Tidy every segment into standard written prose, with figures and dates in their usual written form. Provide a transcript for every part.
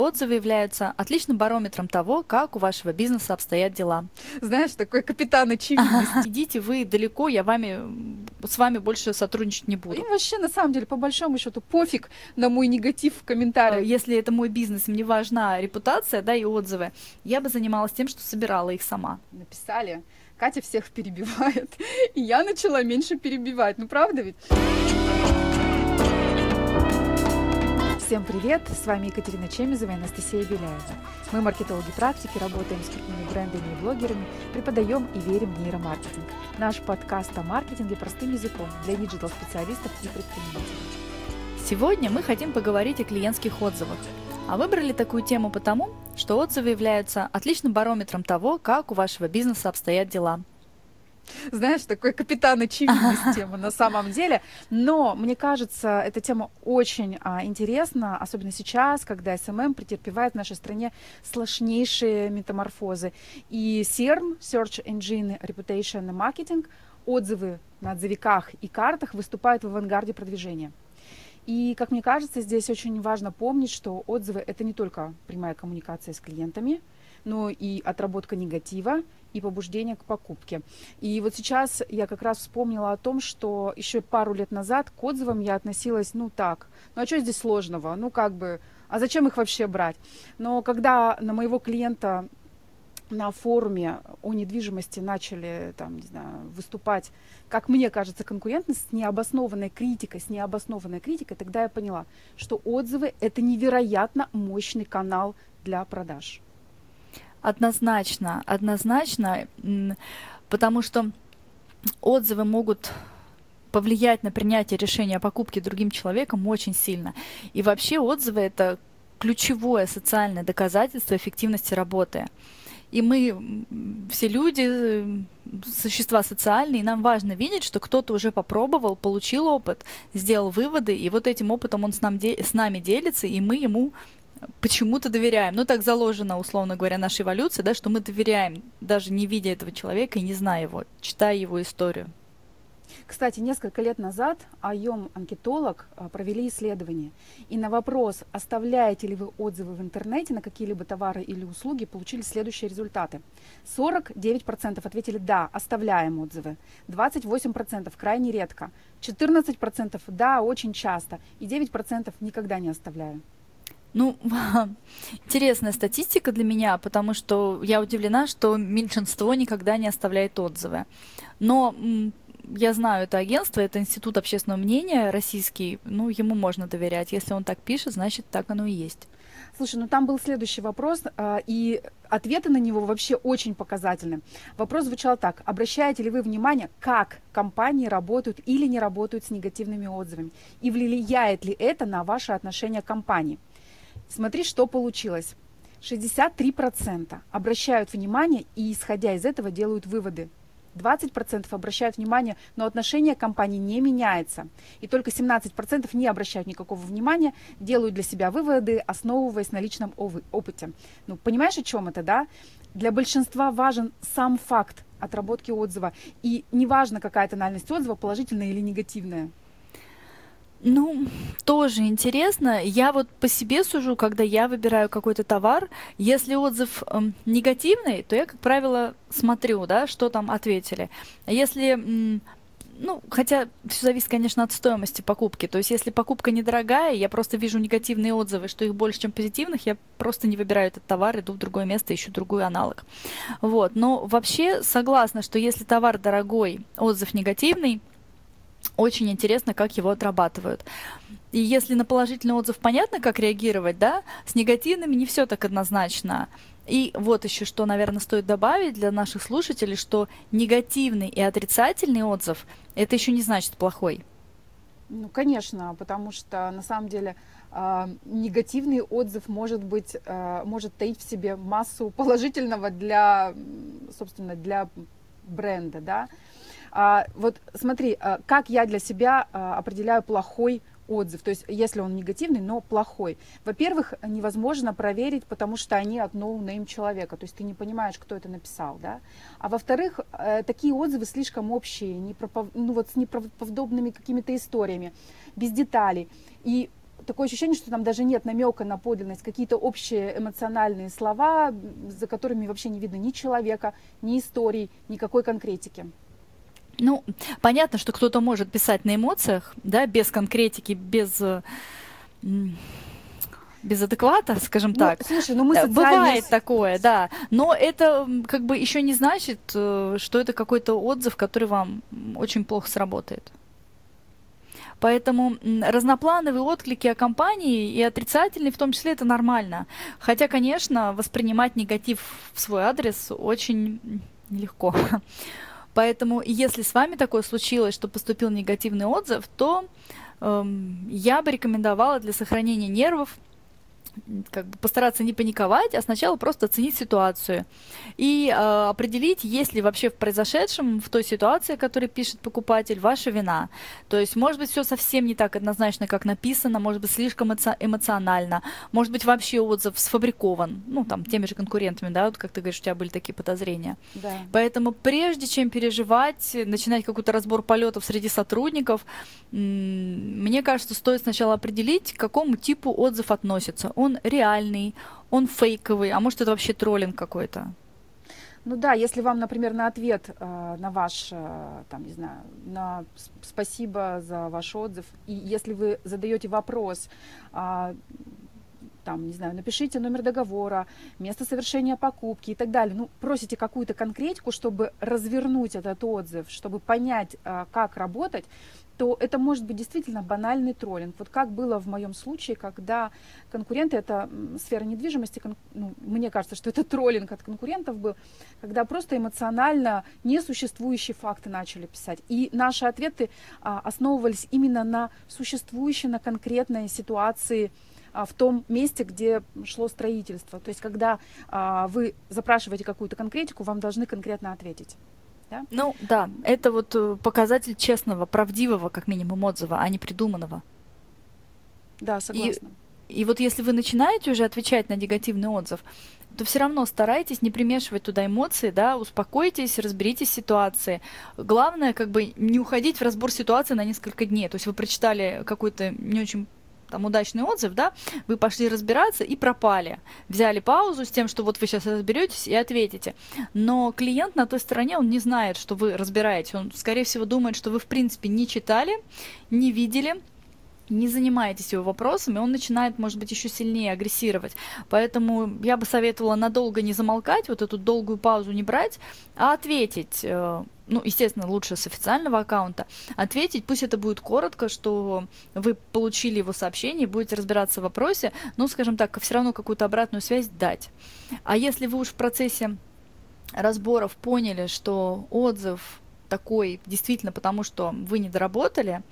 Отзывы являются отличным барометром того, как у вашего бизнеса обстоят дела. Знаешь, такой капитан очевидности. Идите вы далеко, с вами больше сотрудничать не буду. Им вообще, на самом деле, по большому счету, пофиг на мой негатив в комментариях. Если это мой бизнес, мне важна репутация, да, и отзывы, я бы занималась тем, что собирала их сама. Написали, Катя всех перебивает, и я начала меньше перебивать. Ну, правда ведь? Всем привет! С вами Екатерина Чемизова и Анастасия Беляева. Мы маркетологи-практики, работаем с крупными брендами и блогерами, преподаем и верим в нейромаркетинг. Наш подкаст о маркетинге простым языком для диджитал-специалистов и предпринимателей. Сегодня мы хотим поговорить о клиентских отзывах. А выбрали такую тему потому, что отзывы являются отличным барометром того, как у вашего бизнеса обстоят дела. Знаешь, такой капитан очевидность тема на самом деле. Но мне кажется, эта тема очень интересна, особенно сейчас, когда SMM претерпевает в нашей стране сложнейшие метаморфозы. И SERM, Search Engine Reputation and Marketing, отзывы на отзывиках и картах выступают в авангарде продвижения. И, как мне кажется, здесь очень важно помнить, что отзывы — это не только прямая коммуникация с клиентами, но и отработка негатива и побуждение к покупке. И вот сейчас я как раз вспомнила о том, что еще пару лет назад к отзывам я относилась, а что здесь сложного? А зачем их вообще брать? Но когда на моего клиента на форуме о недвижимости начали выступать, как мне кажется, конкуренты с необоснованной критикой, тогда я поняла, что отзывы — это невероятно мощный канал для продаж. Однозначно, потому что отзывы могут повлиять на принятие решения о покупке другим человеком очень сильно. И вообще отзывы — это ключевое социальное доказательство эффективности работы. И мы все люди, существа социальные, и нам важно видеть, что кто-то уже попробовал, получил опыт, сделал выводы, и вот этим опытом он с нами делится, и мы ему почему-то доверяем. Ну, так заложено, условно говоря, наша эволюция, да, что мы доверяем, даже не видя этого человека и не зная его, читая его историю. Кстати, несколько лет назад Айом-анкетолог провели исследование. И на вопрос, оставляете ли вы отзывы в интернете на какие-либо товары или услуги, получили следующие результаты. 49% ответили «да, оставляем отзывы», 28% крайне редко, 14% «да, очень часто» и 9% «никогда не оставляю». Ну, интересная статистика для меня, потому что я удивлена, что меньшинство никогда не оставляет отзывы. Но я знаю это агентство, это Институт общественного мнения российский, ему можно доверять. Если он так пишет, значит, так оно и есть. Слушай, там был следующий вопрос, и ответы на него вообще очень показательны. Вопрос звучал так: обращаете ли вы внимание, как компании работают или не работают с негативными отзывами? И влияет ли это на ваше отношение к компании? Смотри, что получилось. 63% обращают внимание и, исходя из этого, делают выводы. 20% обращают внимание, но отношение к компании не меняется. И только 17% не обращают никакого внимания, делают для себя выводы, основываясь на личном опыте. Понимаешь, о чем это, да? Для большинства важен сам факт отработки отзыва. И неважно, какая тональность отзыва, положительная или негативная. Тоже интересно. Я вот по себе сужу, когда я выбираю какой-то товар. Если отзыв негативный, то я, как правило, смотрю, да, что там ответили. А если, хотя все зависит, конечно, от стоимости покупки. То есть если покупка недорогая, я просто вижу негативные отзывы, что их больше, чем позитивных, я просто не выбираю этот товар, иду в другое место, ищу другой аналог. Вот. Но вообще согласна, что если товар дорогой, отзыв негативный, очень интересно, как его отрабатывают. И если на положительный отзыв понятно, как реагировать, да, с негативными не все так однозначно. И вот еще что, наверное, стоит добавить для наших слушателей, что негативный и отрицательный отзыв – это еще не значит плохой. Конечно, потому что на самом деле негативный отзыв может таить в себе массу положительного для бренда, да. Вот смотри, как я для себя определяю плохой отзыв, то есть если он негативный, но плохой. Во-первых, невозможно проверить, потому что они от ноунейм человека, то есть ты не понимаешь, кто это написал, да. А во-вторых, такие отзывы слишком общие, с неправдоподобными какими-то историями, без деталей. И такое ощущение, что там даже нет намека на подлинность, какие-то общие эмоциональные слова, за которыми вообще не видно ни человека, ни историй, никакой конкретики. Ну, понятно, что кто-то может писать на эмоциях, да, без конкретики, без адеквата, скажем так. Слушай, мы социальные... Бывает такое, да. Но это как бы еще не значит, что это какой-то отзыв, который вам очень плохо сработает. Поэтому разноплановые отклики о компании и отрицательные в том числе это нормально. Хотя, конечно, воспринимать негатив в свой адрес очень нелегко. Поэтому, если с вами такое случилось, что поступил негативный отзыв, то я бы рекомендовала для сохранения нервов как бы постараться не паниковать, а сначала просто оценить ситуацию и определить, есть ли вообще в произошедшем, в той ситуации, которую пишет покупатель, ваша вина. То есть, может быть, все совсем не так однозначно, как написано, может быть, слишком эмоционально, может быть, вообще отзыв сфабрикован, ну, там, теми же конкурентами, да, вот как ты говоришь, у тебя были такие подозрения. Да. Поэтому прежде чем переживать, начинать какой-то разбор полетов среди сотрудников, мне кажется, стоит сначала определить, к какому типу отзыв относится. Он реальный, он фейковый, а может это вообще троллинг какой-то? Ну да, если вам, например, на ответ на ваш, там, не знаю, на спасибо за ваш отзыв, и если вы задаете вопрос, там, не знаю, напишите номер договора, место совершения покупки и так далее. Ну, просите какую-то конкретику, чтобы развернуть этот отзыв, чтобы понять, как работать, то это может быть действительно банальный троллинг. Вот как было в моем случае, когда конкуренты, это сфера недвижимости, ну, мне кажется, что это троллинг от конкурентов был, когда просто эмоционально несуществующие факты начали писать. И наши ответы основывались именно на существующей, на конкретной ситуации, в том месте, где шло строительство. То есть, когда вы запрашиваете какую-то конкретику, вам должны конкретно ответить. Да? Ну да, это вот показатель честного, правдивого, как минимум, отзыва, а не придуманного. Да, согласна. И вот если вы начинаете уже отвечать на негативный отзыв, то все равно старайтесь не примешивать туда эмоции, да, успокойтесь, разберитесь в ситуации. Главное, как бы не уходить в разбор ситуации на несколько дней. То есть вы прочитали какой-то не очень там удачный отзыв, да, вы пошли разбираться и пропали. Взяли паузу с тем, что вот вы сейчас разберетесь и ответите. Но клиент на той стороне, он не знает, что вы разбираете. Он, скорее всего, думает, что вы, в принципе, не читали, не видели, не занимаетесь его вопросами, он начинает, может быть, еще сильнее агрессировать. Поэтому я бы советовала надолго не замолкать, вот эту долгую паузу не брать, а ответить. Ну, естественно, лучше с официального аккаунта, ответить, пусть это будет коротко, что вы получили его сообщение, будете разбираться в вопросе, ну, скажем так, все равно какую-то обратную связь дать. А если вы уж в процессе разборов поняли, что отзыв такой действительно потому, что вы не доработали,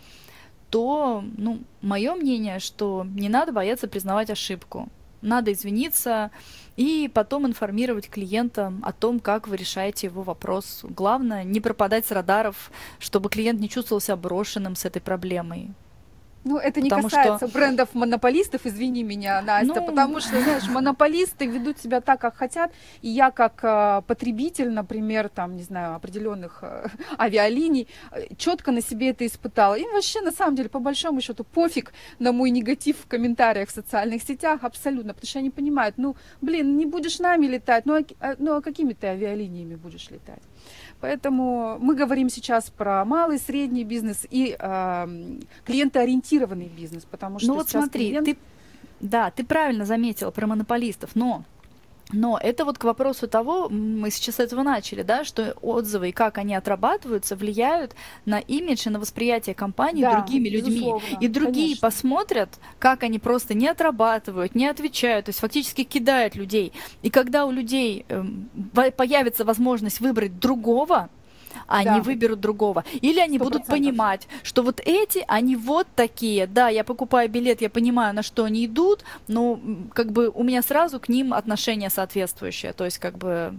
то, ну, мое мнение, что не надо бояться признавать ошибку. Надо извиниться и потом информировать клиента о том, как вы решаете его вопрос. Главное, не пропадать с радаров, чтобы клиент не чувствовал себя брошенным с этой проблемой. Ну, это не касается брендов-монополистов, извини меня, Настя, потому что, знаешь, монополисты ведут себя так, как хотят, и я как потребитель, например, там, не знаю, определенных авиалиний, четко на себе это испытала. И вообще, на самом деле, по большому счету, пофиг на мой негатив в комментариях в социальных сетях, абсолютно, потому что они понимают, ну, блин, не будешь нами летать, ну, а какими ты авиалиниями будешь летать? Поэтому мы говорим сейчас про малый, средний бизнес и клиентоориентированный бизнес, потому что ну вот смотри, клиент... ты правильно заметила про монополистов, но это вот к вопросу того, мы сейчас с этого начали, да, что отзывы и как они отрабатываются влияют на имидж и на восприятие компании другими людьми. И другие посмотрят, как они просто не отрабатывают, не отвечают, то есть фактически кидают людей. И когда у людей появится возможность выбрать другого, они выберут другого. Или они 100%. Будут понимать, что вот эти, они вот такие. Да, я покупаю билет, я понимаю, на что они идут, но как бы у меня сразу к ним отношение соответствующее. То есть как бы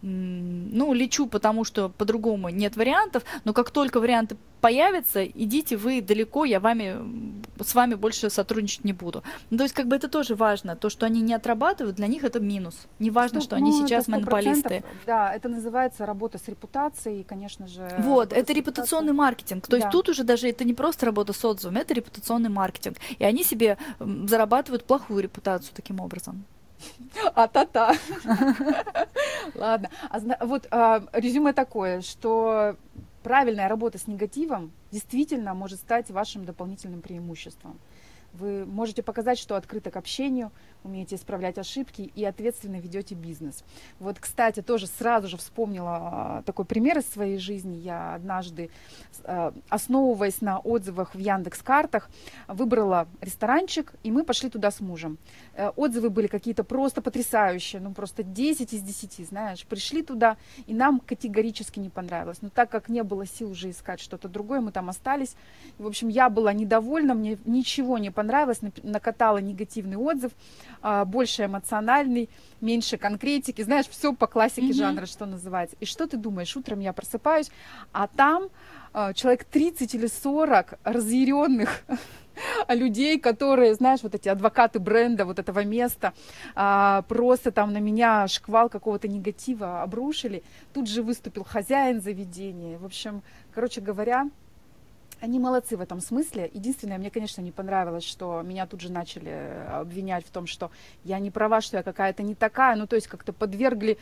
ну, лечу, потому что по-другому нет вариантов, но как только варианты появятся, идите вы далеко, с вами больше сотрудничать не буду. Ну, то есть как бы это тоже важно, то, что они не отрабатывают, для них это минус. Не важно, что они Это сейчас 100%, монополисты. да, это называется работа с репутацией, конечно же, Вот, работа это с репутацией. репутационный маркетинг. То есть Да. тут уже даже это не просто работа с отзывами, это репутационный маркетинг. И они себе зарабатывают плохую репутацию таким образом. А-та-та. Ладно. Вот резюме такое, что правильная работа с негативом действительно может стать вашим дополнительным преимуществом. Вы можете показать, что открыты к общению, умеете исправлять ошибки и ответственно ведете бизнес. Вот, кстати, тоже сразу же вспомнила такой пример из своей жизни. Я однажды, основываясь на отзывах в Яндекс.Картах, выбрала ресторанчик, и мы пошли туда с мужем. Отзывы были какие-то просто потрясающие, ну просто 10 из 10, знаешь. Пришли туда, и нам категорически не понравилось. Но так как не было сил уже искать что-то другое, мы там остались. И, в общем, я была недовольна, мне ничего не понравилось, накатала негативный отзыв, больше эмоциональный, меньше конкретики, знаешь, все по классике жанра, что называется. И что ты думаешь? Утром я просыпаюсь, а там человек 30 или 40 разъяренных людей, которые, знаешь, вот эти адвокаты бренда, вот этого места, просто там на меня шквал какого-то негатива обрушили. Тут же выступил хозяин заведения. В общем, короче говоря, они молодцы в этом смысле. Единственное, мне, конечно, не понравилось, что меня тут же начали обвинять в том, что я не права, что я какая-то не такая. Ну, то есть как-то подвергли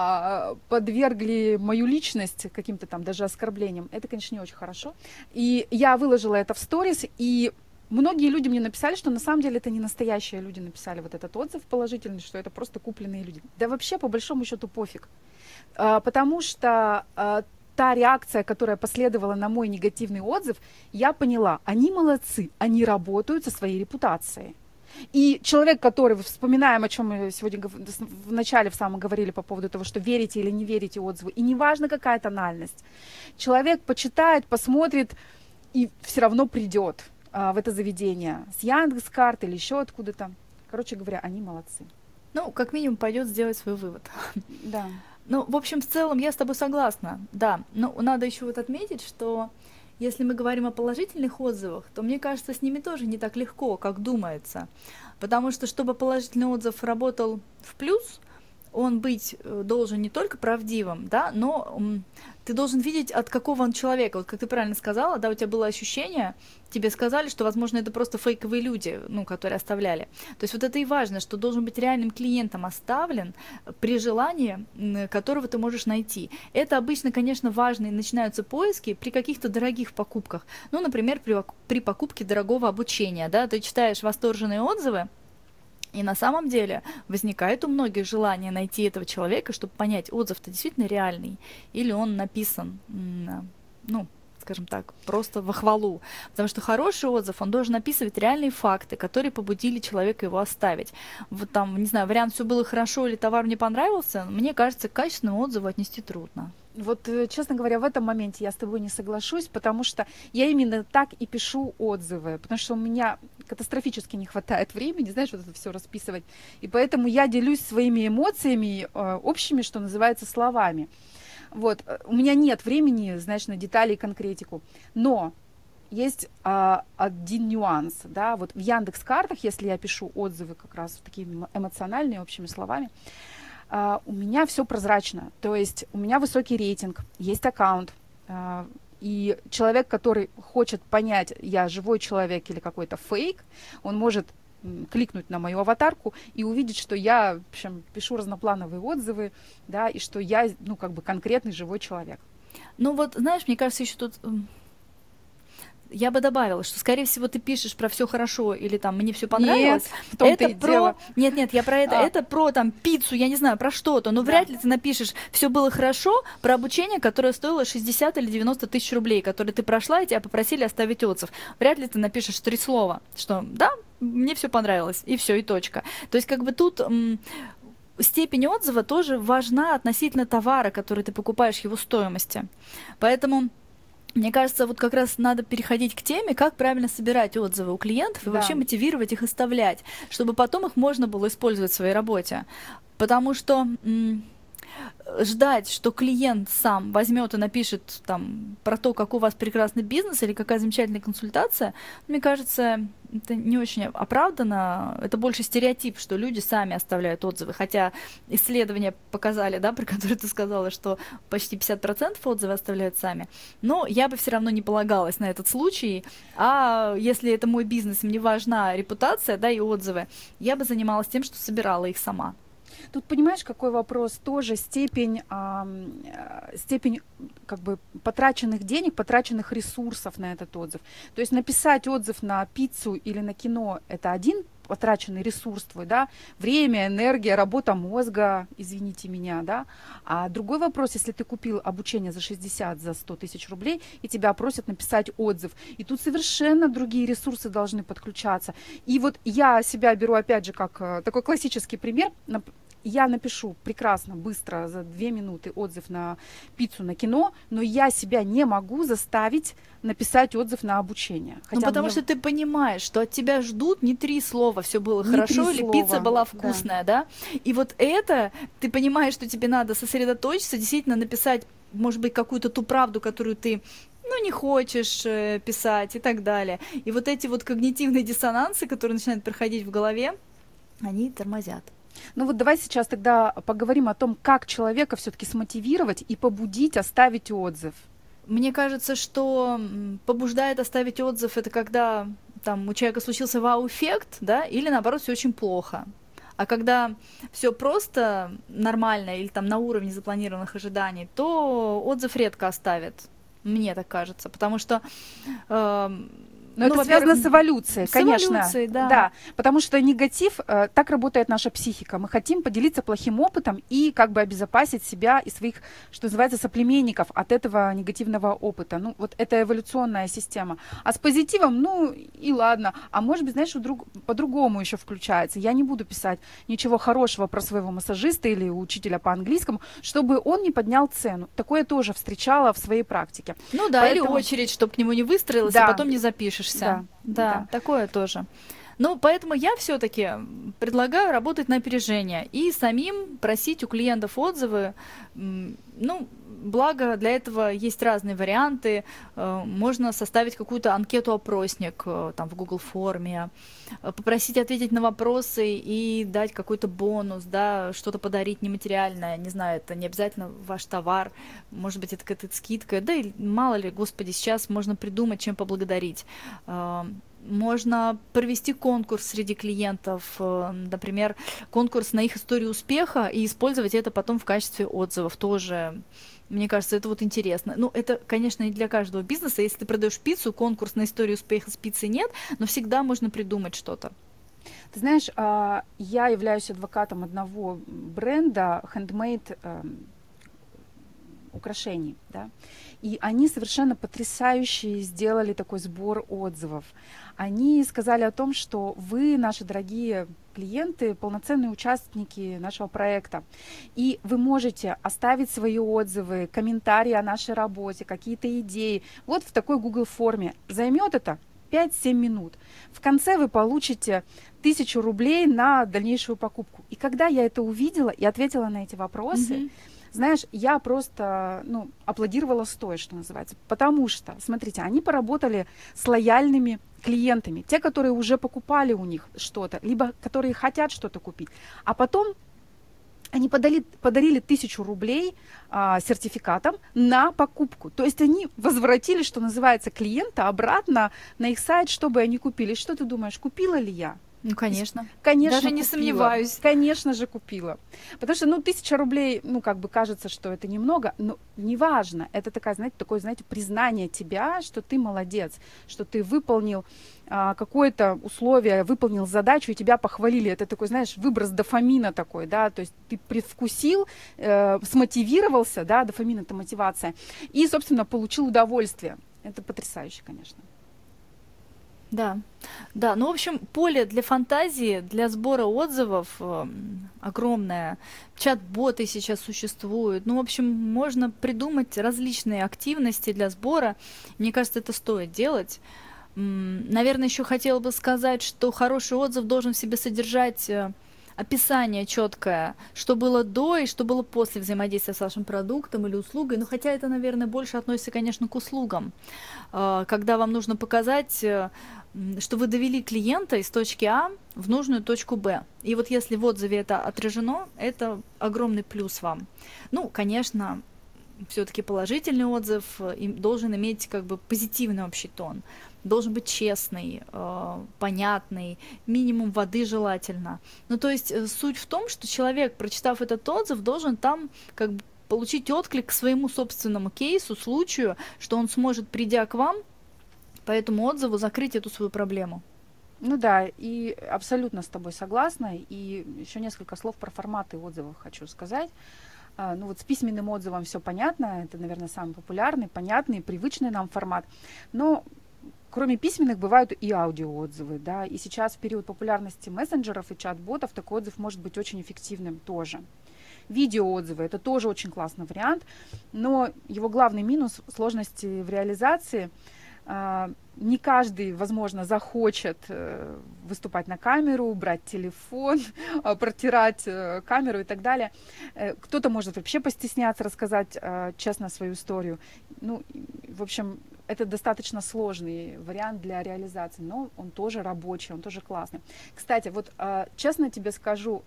мою личность каким-то там даже оскорблениям. Это, конечно, не очень хорошо. И я выложила это в сторис, и многие люди мне написали, что на самом деле это не настоящие люди написали вот этот отзыв положительный, что это просто купленные люди. Да вообще, по большому счету, пофиг. Потому что та реакция, которая последовала на мой негативный отзыв, я поняла, они молодцы, они работают со своей репутацией. И человек, который, вспоминаем, о чем мы сегодня в начале в самом говорили по поводу того, что верите или не верите отзыву, и неважно, какая тональность, человек почитает, посмотрит и все равно придет в это заведение с Яндекс.Карт или еще откуда-то. Короче говоря, они молодцы. Ну, как минимум, пойдет сделать свой вывод. Да. Ну, в общем, в целом я с тобой согласна, да. Но надо еще вот отметить, что если мы говорим о положительных отзывах, то мне кажется, с ними тоже не так легко, как думается. Потому что, чтобы положительный отзыв работал в плюс, он быть должен не только правдивым, да, но ты должен видеть, от какого он человека. Вот как ты правильно сказала, да, у тебя было ощущение, тебе сказали, что, возможно, это просто фейковые люди, ну, которые оставляли. То есть вот это и важно, что должен быть реальным клиентом оставлен при желании, которого ты можешь найти. Это обычно, конечно, важно, и начинаются поиски при каких-то дорогих покупках. Ну, например, при покупке дорогого обучения, да, ты читаешь восторженные отзывы, и на самом деле возникает у многих желание найти этого человека, чтобы понять, отзыв-то действительно реальный, или он написан, ну, скажем так, просто во хвалу. Потому что хороший отзыв, он должен описывать реальные факты, которые побудили человека его оставить. Вот там, не знаю, вариант «все было хорошо» или «товар мне понравился», мне кажется, к качественному отзыву отнести трудно. Вот, честно говоря, в этом моменте я с тобой не соглашусь, потому что я именно так и пишу отзывы, потому что у меня катастрофически не хватает времени, знаешь, вот это все расписывать, и поэтому я делюсь своими эмоциями общими, что называется, словами. Вот, у меня нет времени, знаешь, на детали и конкретику, но есть один нюанс, да, вот в Яндекс.Картах, если я пишу отзывы как раз такими эмоциональными, общими словами, у меня все прозрачно, то есть у меня высокий рейтинг, есть аккаунт, и человек, который хочет понять, я живой человек или какой-то фейк, он может кликнуть на мою аватарку и увидеть, что я, в общем, пишу разноплановые отзывы, да, и что я, ну, как бы конкретный живой человек. Ну вот, знаешь, мне кажется, еще тут я бы добавила, что, скорее всего, ты пишешь про все хорошо или там мне все понравилось. Нет, в том-то это и про... дело. Нет, я про это. Это про там пиццу, я не знаю, про что-то. Но вряд ли ты напишешь все было хорошо про обучение, которое стоило 60 или 90 тысяч рублей, которые ты прошла, и тебя попросили оставить отзыв. Вряд ли ты напишешь 3 слова, что да, мне все понравилось, и все, и точка. То есть, как бы тут степень отзыва тоже важна относительно товара, который ты покупаешь, его стоимости. Поэтому мне кажется, вот как раз надо переходить к теме, как правильно собирать отзывы у клиентов и вообще мотивировать их оставлять, чтобы потом их можно было использовать в своей работе. Потому что ждать, что клиент сам возьмет и напишет там про то, какой у вас прекрасный бизнес или какая замечательная консультация, мне кажется, это не очень оправданно. Это больше стереотип, что люди сами оставляют отзывы. Хотя исследования показали, да, про которые ты сказала, что почти 50% отзывы оставляют сами. Но я бы все равно не полагалась на этот случай. А если это мой бизнес, и мне важна репутация, да, и отзывы, я бы занималась тем, что собирала их сама. Тут понимаешь, какой вопрос? Тоже степень как бы потраченных денег, потраченных ресурсов на этот отзыв. То есть написать отзыв на пиццу или на кино – это один потраченный ресурс твой, да, время, энергия, работа мозга, извините меня, да. А другой вопрос, если ты купил обучение за 60, за 100 тысяч рублей, и тебя просят написать отзыв, и тут совершенно другие ресурсы должны подключаться. И вот я себя беру опять же как такой классический пример. Я напишу прекрасно, быстро, за 2 минуты отзыв на пиццу, на кино, но я себя не могу заставить написать отзыв на обучение. Ну, потому что ты понимаешь, что от тебя ждут не 3 слова, все было Не хорошо, 3 или слова, пицца была вкусная, да? И вот это, ты понимаешь, что тебе надо сосредоточиться, действительно написать, может быть, какую-то ту правду, которую ты не хочешь писать и так далее. И вот эти вот когнитивные диссонансы, которые начинают проходить в голове, они тормозят. Ну вот давай сейчас тогда поговорим о том, как человека все-таки смотивировать и побудить оставить отзыв. Мне кажется, что побуждает оставить отзыв это когда там у человека случился вау-эффект, да, или наоборот все очень плохо. А когда все просто нормально или там на уровне запланированных ожиданий, то отзыв редко оставит. Мне так кажется, потому что но это связано с эволюцией, конечно. Эволюцией, да. Да, потому что негатив, так работает наша психика. Мы хотим поделиться плохим опытом и как бы обезопасить себя и своих, что называется, соплеменников от этого негативного опыта. Ну, вот это эволюционная система. А с позитивом, ну и ладно. А может быть, знаешь, по-другому еще включается. Я не буду писать ничего хорошего про своего массажиста или учителя по английскому, чтобы он не поднял цену. Такое тоже встречала в своей практике. Ну да, поэтому... или очередь, чтобы к нему не выстроилась, да. и потом не запишешь. Да, такое тоже. Ну, поэтому я все-таки предлагаю работать на опережение и самим просить у клиентов отзывы. Ну, благо для этого есть разные варианты. Можно составить какую-то анкету-опросник там в Google форме, попросить ответить на вопросы и дать какой-то бонус, да, что-то подарить нематериальное. Не знаю, это не обязательно ваш товар, может быть, это какая-то скидка. Да и мало ли, господи, сейчас можно придумать, чем поблагодарить. Можно провести конкурс среди клиентов, например, конкурс на их историю успеха, и использовать это потом в качестве отзывов тоже. Мне кажется, это вот интересно. Ну, это, конечно, не для каждого бизнеса. Если ты продаешь пиццу, конкурс на историю успеха с пиццей нет, но всегда можно придумать что-то. Ты знаешь, я являюсь адвокатом одного бренда handmade украшений, да, и они совершенно потрясающе сделали такой сбор отзывов. Они сказали о том, что вы, наши дорогие клиенты, полноценные участники нашего проекта, и вы можете оставить свои отзывы, комментарии о нашей работе, какие-то идеи, вот в такой Google форме. Займет это 5-7 минут. В конце вы получите 1000 рублей на дальнейшую покупку. И когда я это увидела и ответила на эти вопросы, знаешь, я просто, аплодировала стоя, что называется. Потому что, смотрите, они поработали с лояльными клиентами. Те, которые уже покупали у них что-то, либо которые хотят что-то купить. А потом они подарили 1000 рублей сертификатом на покупку. То есть они возвратили, что называется, клиента обратно на их сайт, чтобы они купили. Что ты думаешь, купила ли я? Ну, конечно. Конечно, даже не сомневаюсь. Конечно же, купила. Потому что, 1000 рублей, кажется, что это немного, но неважно. Это такое, знаете, признание тебя, что ты молодец, что ты выполнил какое-то условие, выполнил задачу, и тебя похвалили. Это такой, знаешь, выброс дофамина такой, да, то есть ты предвкусил, смотивировался, да, дофамин — это мотивация, и, собственно, получил удовольствие. Это потрясающе, конечно. Да, ну, в общем, поле для фантазии, для сбора отзывов огромное. Чат-боты сейчас существуют. Ну, в общем, можно придумать различные активности для сбора. Мне кажется, это стоит делать. Наверное, еще хотела бы сказать, что хороший отзыв должен в себе содержать описание четкое, что было до и что было после взаимодействия с вашим продуктом или услугой. Ну, хотя это, наверное, больше относится, конечно, к услугам. Когда вам нужно показать, что вы довели клиента из точки А в нужную точку Б. И вот если в отзыве это отражено, это огромный плюс вам. Ну, конечно, все-таки положительный отзыв должен иметь как бы позитивный общий тон, должен быть честный, понятный, минимум воды желательно. Ну, то есть суть в том, что человек, прочитав этот отзыв, должен там как бы получить отклик к своему собственному кейсу, случаю, что он сможет, придя к вам, по этому отзыву закрыть эту свою проблему. Ну да, и абсолютно с тобой согласна. И еще несколько слов про форматы отзывов хочу сказать. Ну вот с письменным отзывом все понятно, это, наверное, самый популярный, понятный, привычный нам формат. Но кроме письменных бывают и аудиоотзывы, да, и сейчас в период популярности мессенджеров и чат-ботов такой отзыв может быть очень эффективным тоже. Видеоотзывы — это тоже очень классный вариант, но его главный минус — сложности в реализации. Не каждый, возможно, захочет выступать на камеру, брать телефон, протирать камеру и так далее. Кто-то может вообще постесняться рассказать честно свою историю. Ну, в общем, это достаточно сложный вариант для реализации, но он тоже рабочий, он тоже классный. Кстати, вот честно тебе скажу,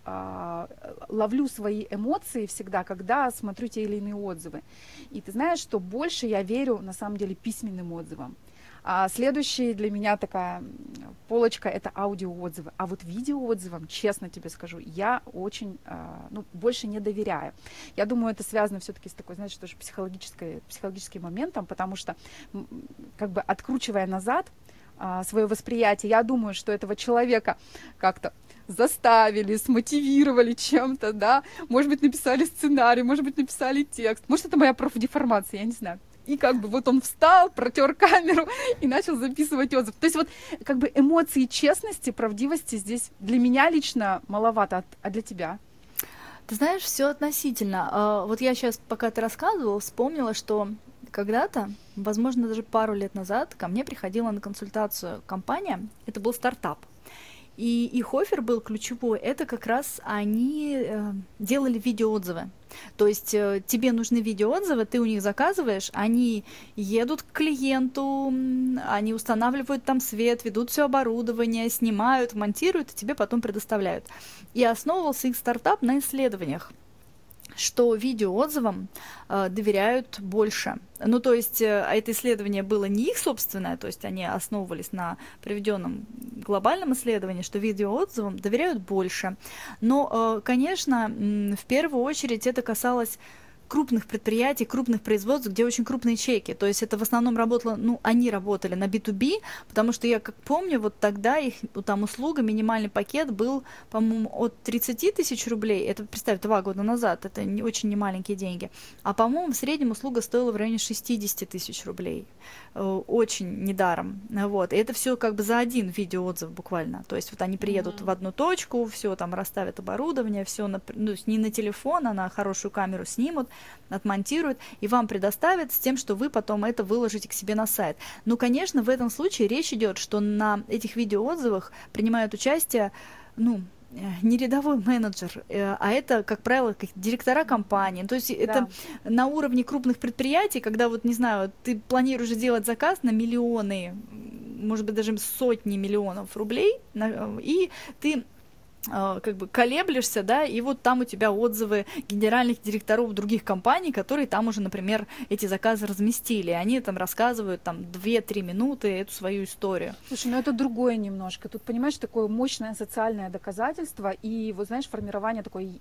ловлю свои эмоции всегда, когда смотрю те или иные отзывы. И ты знаешь, что больше я верю, на самом деле, письменным отзывам. А следующая для меня такая полочка — это аудиоотзывы. А вот видеоотзывам, честно тебе скажу, я очень, больше не доверяю. Я думаю, это связано все-таки с такой, знаешь, тоже психологическим моментом, потому что, как бы откручивая назад свое восприятие, я думаю, что этого человека как-то заставили, смотивировали чем-то, да, может быть, написали сценарий, может быть, написали текст, может, это моя профдеформация, я не знаю. И как бы вот он встал, протер камеру и начал записывать отзыв. То есть вот как бы эмоции честности, правдивости здесь для меня лично маловато, а для тебя? Ты знаешь, все относительно. Вот я сейчас, пока ты рассказывала, вспомнила, что когда-то, возможно, даже пару лет назад, ко мне приходила на консультацию компания, это был стартап. И их оффер был ключевой, это как раз они делали видеоотзывы. То есть тебе нужны видеоотзывы, ты у них заказываешь, они едут к клиенту, они устанавливают там свет, ведут все оборудование, снимают, монтируют и тебе потом предоставляют. И основывался их стартап на исследованиях, что видеоотзывам доверяют больше. Ну, то есть, это исследование было не их собственное, то есть они основывались на проведенном глобальном исследовании, что видеоотзывам доверяют больше. Но, конечно, в первую очередь это касалось крупных предприятий, крупных производств, где очень крупные чеки. То есть это в основном работало, ну, они работали на B2B, потому что я как помню, вот тогда их там услуга, минимальный пакет был, по-моему, от 30 тысяч рублей, это, представь, 2 года назад, это не, очень немаленькие деньги, а, по-моему, в среднем услуга стоила в районе 60 тысяч рублей. Очень недаром. Вот. И это все как бы за один видеоотзыв буквально. То есть вот они приедут в одну точку, все там расставят оборудование, все не на телефон, а на хорошую камеру снимут, отмонтируют и вам предоставят с тем, что вы потом это выложите к себе на сайт. Ну, конечно, в этом случае речь идет, что на этих видеоотзывах принимают участие, ну, не рядовой менеджер, а это, как правило, директора компании. То есть это на уровне крупных предприятий, когда вот, не знаю, ты планируешь сделать заказ на миллионы, может быть, даже сотни миллионов рублей, и ты как бы колеблешься, да, и вот там у тебя отзывы генеральных директоров других компаний, которые там уже, например, эти заказы разместили, они там рассказывают там 2-3 минуты эту свою историю. Слушай, ну это другое немножко. Тут, понимаешь, такое мощное социальное доказательство и, вот знаешь, формирование такой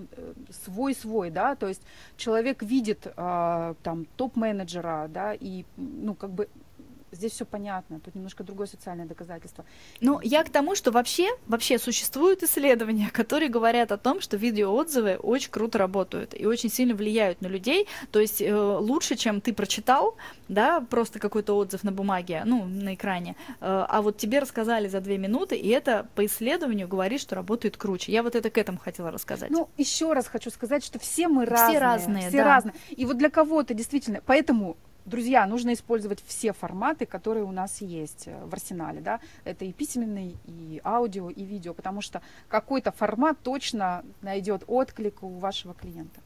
свой-свой, да, то есть человек видит там топ-менеджера, да, и, ну, как бы здесь все понятно, тут немножко другое социальное доказательство. Ну, я к тому, что вообще существуют исследования, которые говорят о том, что видеоотзывы очень круто работают и очень сильно влияют на людей, то есть лучше, чем ты прочитал, да, просто какой-то отзыв на бумаге, ну, на экране, а вот тебе рассказали за 2 минуты, и это по исследованию говорит, что работает круче. Я вот это к этому хотела рассказать. Ну, еще раз хочу сказать, что все мы разные. Все разные, да. И вот для кого-то действительно, поэтому друзья, нужно использовать все форматы, которые у нас есть в арсенале, да, это и письменный, и аудио, и видео, потому что какой-то формат точно найдет отклик у вашего клиента.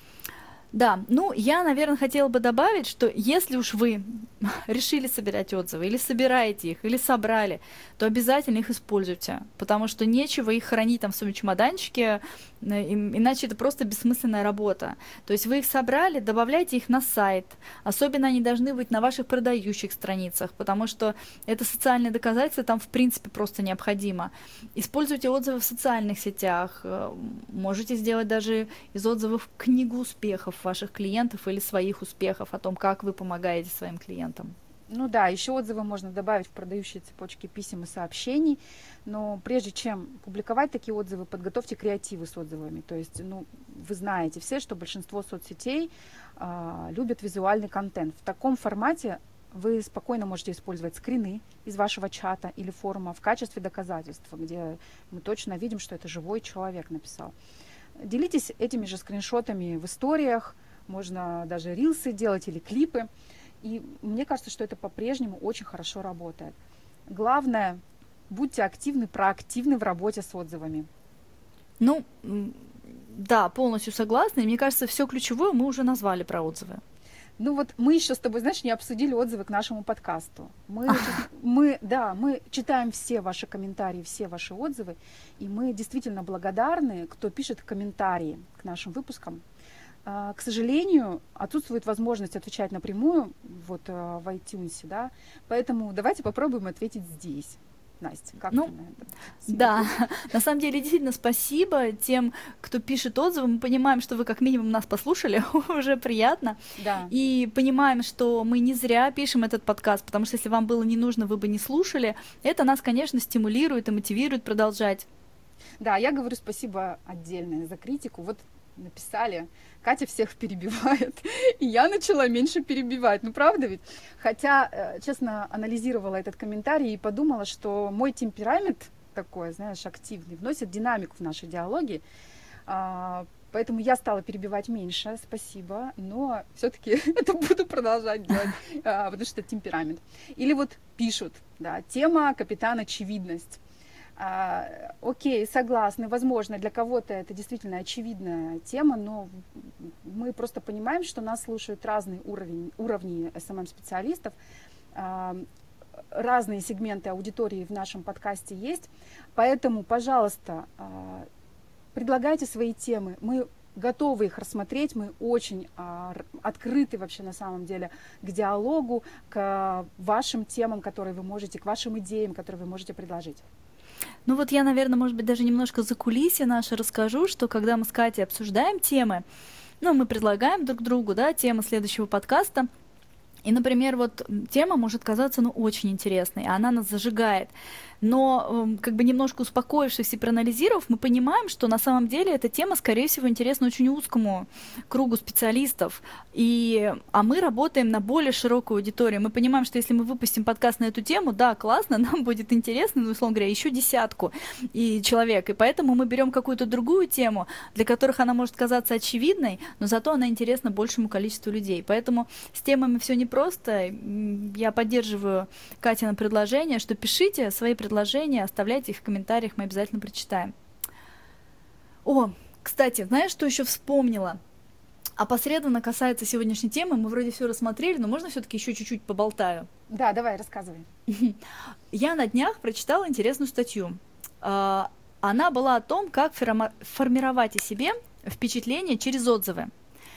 Да, ну, я, наверное, хотела бы добавить, что если уж вы решили собирать отзывы, или собираете их, или собрали, то обязательно их используйте, потому что нечего их хранить там в своем чемоданчике, иначе это просто бессмысленная работа. То есть вы их собрали, добавляйте их на сайт, особенно они должны быть на ваших продающих страницах, потому что это социальное доказательство там в принципе просто необходимо. Используйте отзывы в социальных сетях, можете сделать даже из отзывов книгу успехов ваших клиентов или своих успехов, о том, как вы помогаете своим клиентам. Ну да, еще отзывы можно добавить в продающие цепочки писем и сообщений, но прежде чем публиковать такие отзывы, подготовьте креативы с отзывами. То есть, ну, вы знаете все, что большинство соцсетей любят визуальный контент. В таком формате вы спокойно можете использовать скрины из вашего чата или форума в качестве доказательства, где мы точно видим, что это живой человек написал. Делитесь этими же скриншотами в историях, можно даже рилсы делать или клипы. И мне кажется, что это по-прежнему очень хорошо работает. Главное, будьте активны, проактивны в работе с отзывами. Ну, да, полностью согласна. И мне кажется, все ключевое мы уже назвали про отзывы. Ну вот мы еще с тобой, знаешь, не обсудили отзывы к нашему подкасту. Мы читаем все ваши комментарии, все ваши отзывы, и мы действительно благодарны, кто пишет комментарии к нашим выпускам. К сожалению, отсутствует возможность отвечать напрямую вот в iTunes, да, поэтому давайте попробуем ответить здесь. Настя, как ты на это? Да, на самом деле, действительно, спасибо тем, кто пишет отзывы. Мы понимаем, что вы как минимум нас послушали, уже приятно. Да. И понимаем, что мы не зря пишем этот подкаст, потому что если вам было не нужно, вы бы не слушали. Это нас, конечно, стимулирует и мотивирует продолжать. Да, я говорю спасибо отдельное за критику. Вот написали, Катя всех перебивает, и я начала меньше перебивать. Ну, правда ведь? Хотя, честно, анализировала этот комментарий и подумала, что мой темперамент такой, знаешь, активный, вносит динамику в наши диалоги. Поэтому я стала перебивать меньше, спасибо, но все-таки это буду продолжать делать, потому что это темперамент. Или вот пишут, да, тема «Капитан Очевидность». Окей, согласны, возможно, для кого-то это действительно очевидная тема, но мы просто понимаем, что нас слушают разные уровни SMM-специалистов, разные сегменты аудитории в нашем подкасте есть, поэтому, пожалуйста, предлагайте свои темы, мы готовы их рассмотреть, мы очень открыты вообще на самом деле к диалогу, к вашим темам, которые вы можете, к вашим идеям, которые вы можете предложить. Ну вот я, наверное, может быть, даже немножко закулисье наше расскажу, что когда мы с Катей обсуждаем темы, ну, мы предлагаем друг другу, да, темы следующего подкаста, и, например, вот тема может казаться, ну, очень интересной, а она нас зажигает. Но как бы немножко успокоившись и проанализировав, мы понимаем, что на самом деле эта тема, скорее всего, интересна очень узкому кругу специалистов. А мы работаем на более широкую аудиторию. Мы понимаем, что если мы выпустим подкаст на эту тему, да, классно, нам будет интересно, ну, условно говоря, еще десятку человек. И поэтому мы берем какую-то другую тему, для которых она может казаться очевидной, но зато она интересна большему количеству людей. Поэтому с темами все непросто. Я поддерживаю Катина предложение, что пишите свои предложения, оставляйте их в комментариях, мы обязательно прочитаем. О, кстати, знаешь, что еще вспомнила? Опосредованно касается сегодняшней темы, мы вроде все рассмотрели, но можно все-таки еще чуть-чуть поболтаю? Да, давай, рассказывай. Я на днях прочитала интересную статью. Она была о том, как формировать о себе впечатление через отзывы.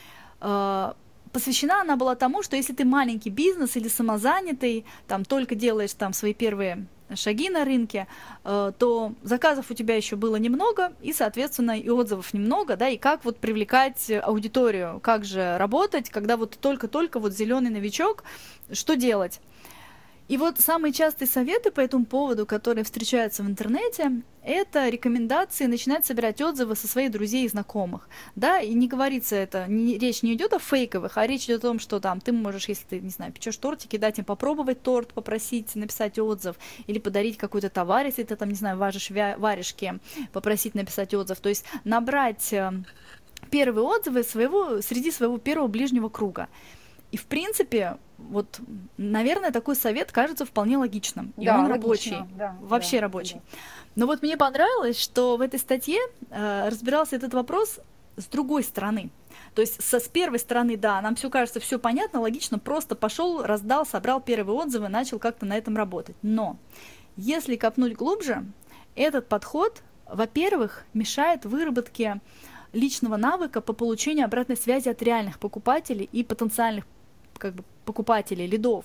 Посвящена она была тому, что если ты маленький бизнес или самозанятый, там только делаешь там свои первые шаги на рынке, то заказов у тебя еще было немного, и, соответственно, и отзывов немного, да, и как вот привлекать аудиторию, как же работать, когда вот только-только вот зеленый новичок, что делать? И вот самые частые советы по этому поводу, которые встречаются в интернете, это рекомендации начинать собирать отзывы со своих друзей и знакомых. Да, и не говорится это, речь не идет о фейковых, а речь идет о том, что там ты можешь, если ты, не знаю, печешь тортики, дать им попробовать торт, попросить написать отзыв, или подарить какой-то товар, если ты там, не знаю, варишь варежки, попросить написать отзыв. То есть набрать первые отзывы среди своего первого ближнего круга. И, в принципе, вот, наверное, такой совет кажется вполне логичным, и Да, он логично, рабочий, да, вообще да, рабочий. согласна. Но вот мне понравилось, что в этой статье разбирался этот вопрос с другой стороны. То есть с первой стороны, да, нам все кажется, все понятно, логично, просто пошел, раздал, собрал первые отзывы, начал как-то на этом работать. Но если копнуть глубже, этот подход, во-первых, мешает выработке личного навыка по получению обратной связи от реальных покупателей и потенциальных как бы покупателей, лидов,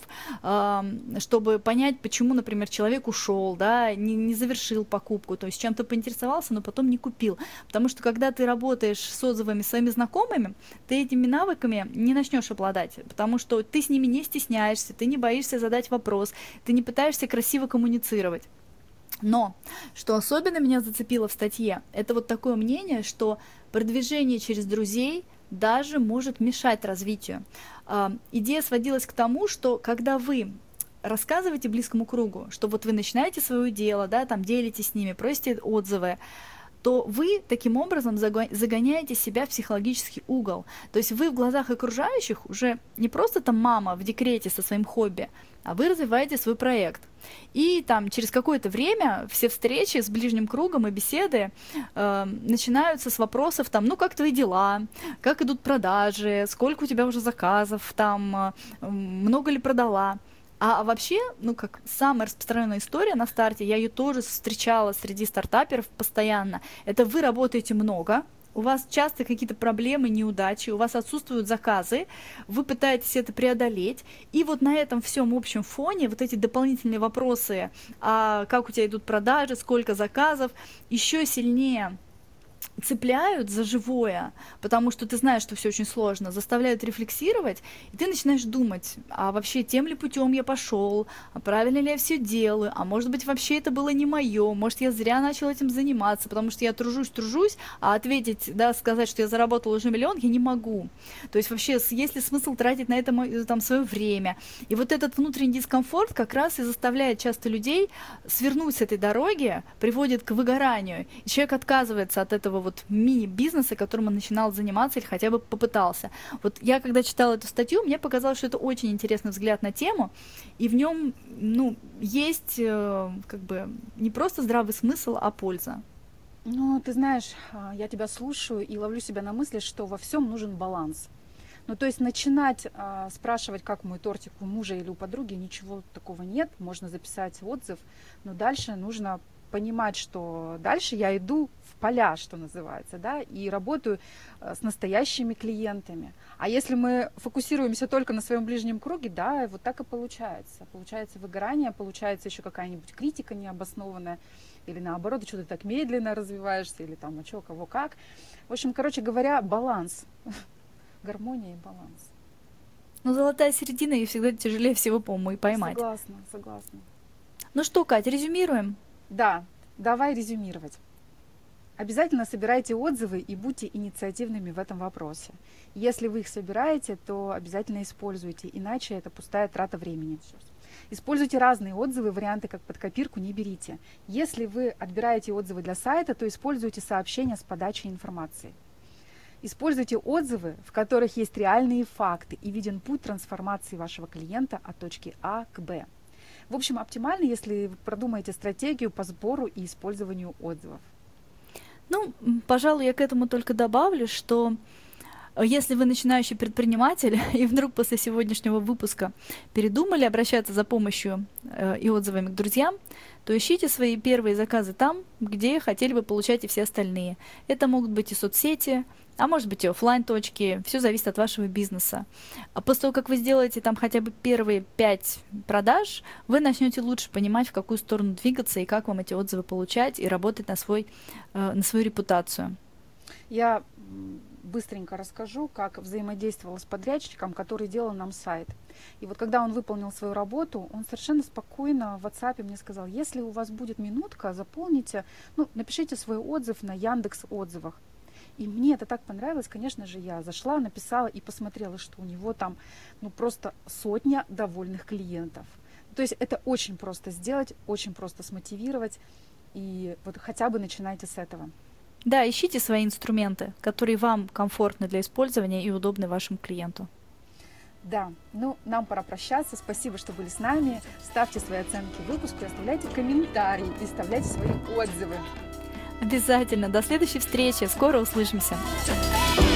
чтобы понять, почему, например, человек ушел, да, не завершил покупку, то есть чем-то поинтересовался, но потом не купил. Потому что когда ты работаешь с отзывами своими знакомыми, ты этими навыками не начнешь обладать, потому что ты с ними не стесняешься, ты не боишься задать вопрос, ты не пытаешься красиво коммуницировать. Но, что особенно меня зацепило в статье, это вот такое мнение, что продвижение через друзей даже может мешать развитию. Идея сводилась к тому, что когда вы рассказываете близкому кругу, что вот вы начинаете свое дело, да, там делитесь с ними, просите отзывы, то вы таким образом загоняете себя в психологический угол. То есть вы в глазах окружающих уже не просто там мама в декрете со своим хобби, а вы развиваете свой проект. И там через какое-то время все встречи с ближним кругом и беседы начинаются с вопросов там, ну как твои дела, как идут продажи, сколько у тебя уже заказов, там много ли продала. А вообще, ну как самая распространенная история на старте, я ее тоже встречала среди стартаперов постоянно. Это вы работаете много, у вас часто какие-то проблемы, неудачи, у вас отсутствуют заказы, вы пытаетесь это преодолеть, и вот на этом всем общем фоне вот эти дополнительные вопросы, как у тебя идут продажи, сколько заказов, еще сильнее цепляют за живое, потому что ты знаешь, что все очень сложно, заставляют рефлексировать, и ты начинаешь думать, а вообще тем ли путем я пошел, а правильно ли я все делаю, а может быть вообще это было не мое, может я зря начал этим заниматься, потому что я тружусь, а ответить, да, сказать, что я заработал уже миллион, я не могу. То есть вообще есть ли смысл тратить на это там свое время? И вот этот внутренний дискомфорт как раз и заставляет часто людей свернуть с этой дороги, приводит к выгоранию, и человек отказывается от этого вот мини-бизнеса, которым он начинал заниматься или хотя бы попытался. Вот я, когда читала эту статью, мне показалось, что это очень интересный взгляд на тему, и в нем, ну, есть как бы не просто здравый смысл, а польза. Ну, ты знаешь, я тебя слушаю и ловлю себя на мысли, что во всем нужен баланс. Ну, то есть начинать спрашивать, как мой тортик у мужа или у подруги, ничего такого нет, можно записать отзыв, но дальше нужно понимать, что дальше я иду в поля, что называется, да, и работаю с настоящими клиентами. А если мы фокусируемся только на своем ближнем круге, да, вот так и получается. Получается выгорание, получается еще какая-нибудь критика необоснованная, или наоборот, что ты так медленно развиваешься, или там, а что, кого как. В общем, короче говоря, баланс. Гармония и баланс. Но золотая середина, ее всегда тяжелее всего, по-моему, и поймать. Согласна, согласна. Ну что, Кать, резюмируем? Да, давай резюмировать. Обязательно собирайте отзывы и будьте инициативными в этом вопросе. Если вы их собираете, то обязательно используйте, иначе это пустая трата времени. Используйте разные отзывы, варианты как под копирку не берите. Если вы отбираете отзывы для сайта, то используйте сообщения с подачей информации. Используйте отзывы, в которых есть реальные факты и виден путь трансформации вашего клиента от точки А к Б. В общем, оптимально, если вы продумаете стратегию по сбору и использованию отзывов. Ну, пожалуй, я к этому только добавлю, что если вы начинающий предприниматель и вдруг после сегодняшнего выпуска передумали обращаться за помощью и отзывами к друзьям, то ищите свои первые заказы там, где хотели бы получать и все остальные. Это могут быть и соцсети, а может быть и офлайн точки, все зависит от вашего бизнеса. А после того, как вы сделаете там хотя бы первые 5 продаж, вы начнете лучше понимать, в какую сторону двигаться и как вам эти отзывы получать и работать на свою репутацию. Я быстренько расскажу, как взаимодействовала с подрядчиком, который делал нам сайт. И вот когда он выполнил свою работу, он совершенно спокойно в WhatsApp мне сказал: если у вас будет минутка, заполните, напишите свой отзыв на Яндекс отзывах. И мне это так понравилось, конечно же, я зашла, написала и посмотрела, что у него там просто сотня довольных клиентов. То есть это очень просто сделать, очень просто смотивировать, и вот хотя бы начинайте с этого. Да, ищите свои инструменты, которые вам комфортны для использования и удобны вашему клиенту. Да, ну, нам пора прощаться. Спасибо, что были с нами. Ставьте свои оценки выпуску, оставляйте комментарии и оставляйте свои отзывы. Обязательно. До следующей встречи. Скоро услышимся.